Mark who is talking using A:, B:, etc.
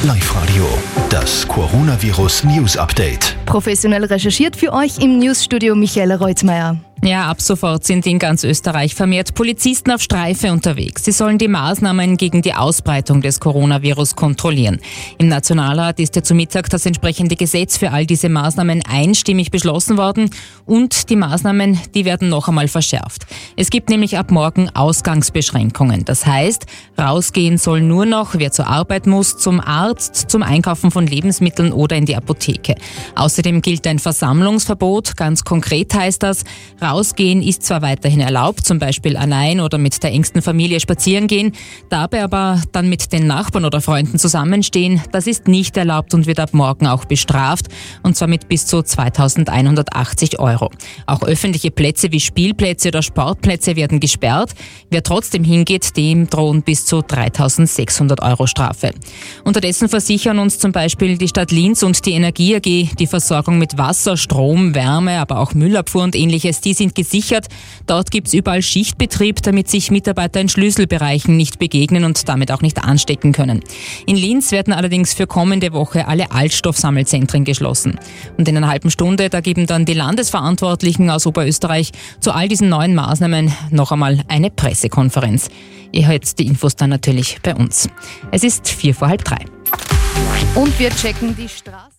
A: Live-Radio, das Coronavirus-News-Update.
B: Professionell recherchiert für euch im Newsstudio Michaela Reutmeier.
C: Ja, ab sofort sind in ganz Österreich vermehrt Polizisten auf Streife unterwegs. Sie sollen die Maßnahmen gegen die Ausbreitung des Coronavirus kontrollieren. Im Nationalrat ist ja zu Mittag das entsprechende Gesetz für all diese Maßnahmen einstimmig beschlossen worden und die Maßnahmen, die werden noch einmal verschärft. Es gibt nämlich ab morgen Ausgangsbeschränkungen. Das heißt, rausgehen soll nur noch, wer zur Arbeit muss, zum Arzt, zum Einkaufen von Lebensmitteln oder in die Apotheke. Außerdem gilt ein Versammlungsverbot. Ganz konkret heißt das, Rausgehen ist zwar weiterhin erlaubt, zum Beispiel allein oder mit der engsten Familie spazieren gehen, dabei aber dann mit den Nachbarn oder Freunden zusammenstehen, das ist nicht erlaubt und wird ab morgen auch bestraft, und zwar mit bis zu 2.180 €. Auch öffentliche Plätze wie Spielplätze oder Sportplätze werden gesperrt. Wer trotzdem hingeht, dem drohen bis zu 3.600 € Strafe. Unterdessen versichern uns zum Beispiel die Stadt Linz und die Energie AG die Versorgung mit Wasser, Strom, Wärme, aber auch Müllabfuhr und Ähnliches. Die sind gesichert. Dort gibt es überall Schichtbetrieb, damit sich Mitarbeiter in Schlüsselbereichen nicht begegnen und damit auch nicht anstecken können. In Linz werden allerdings für kommende Woche alle Altstoffsammelzentren geschlossen. Und in einer halben Stunde, da geben dann die Landesverantwortlichen aus Oberösterreich zu all diesen neuen Maßnahmen noch einmal eine Pressekonferenz. Ihr hört die Infos dann natürlich bei uns. Es ist 3:04.
B: Und wir checken die Straße.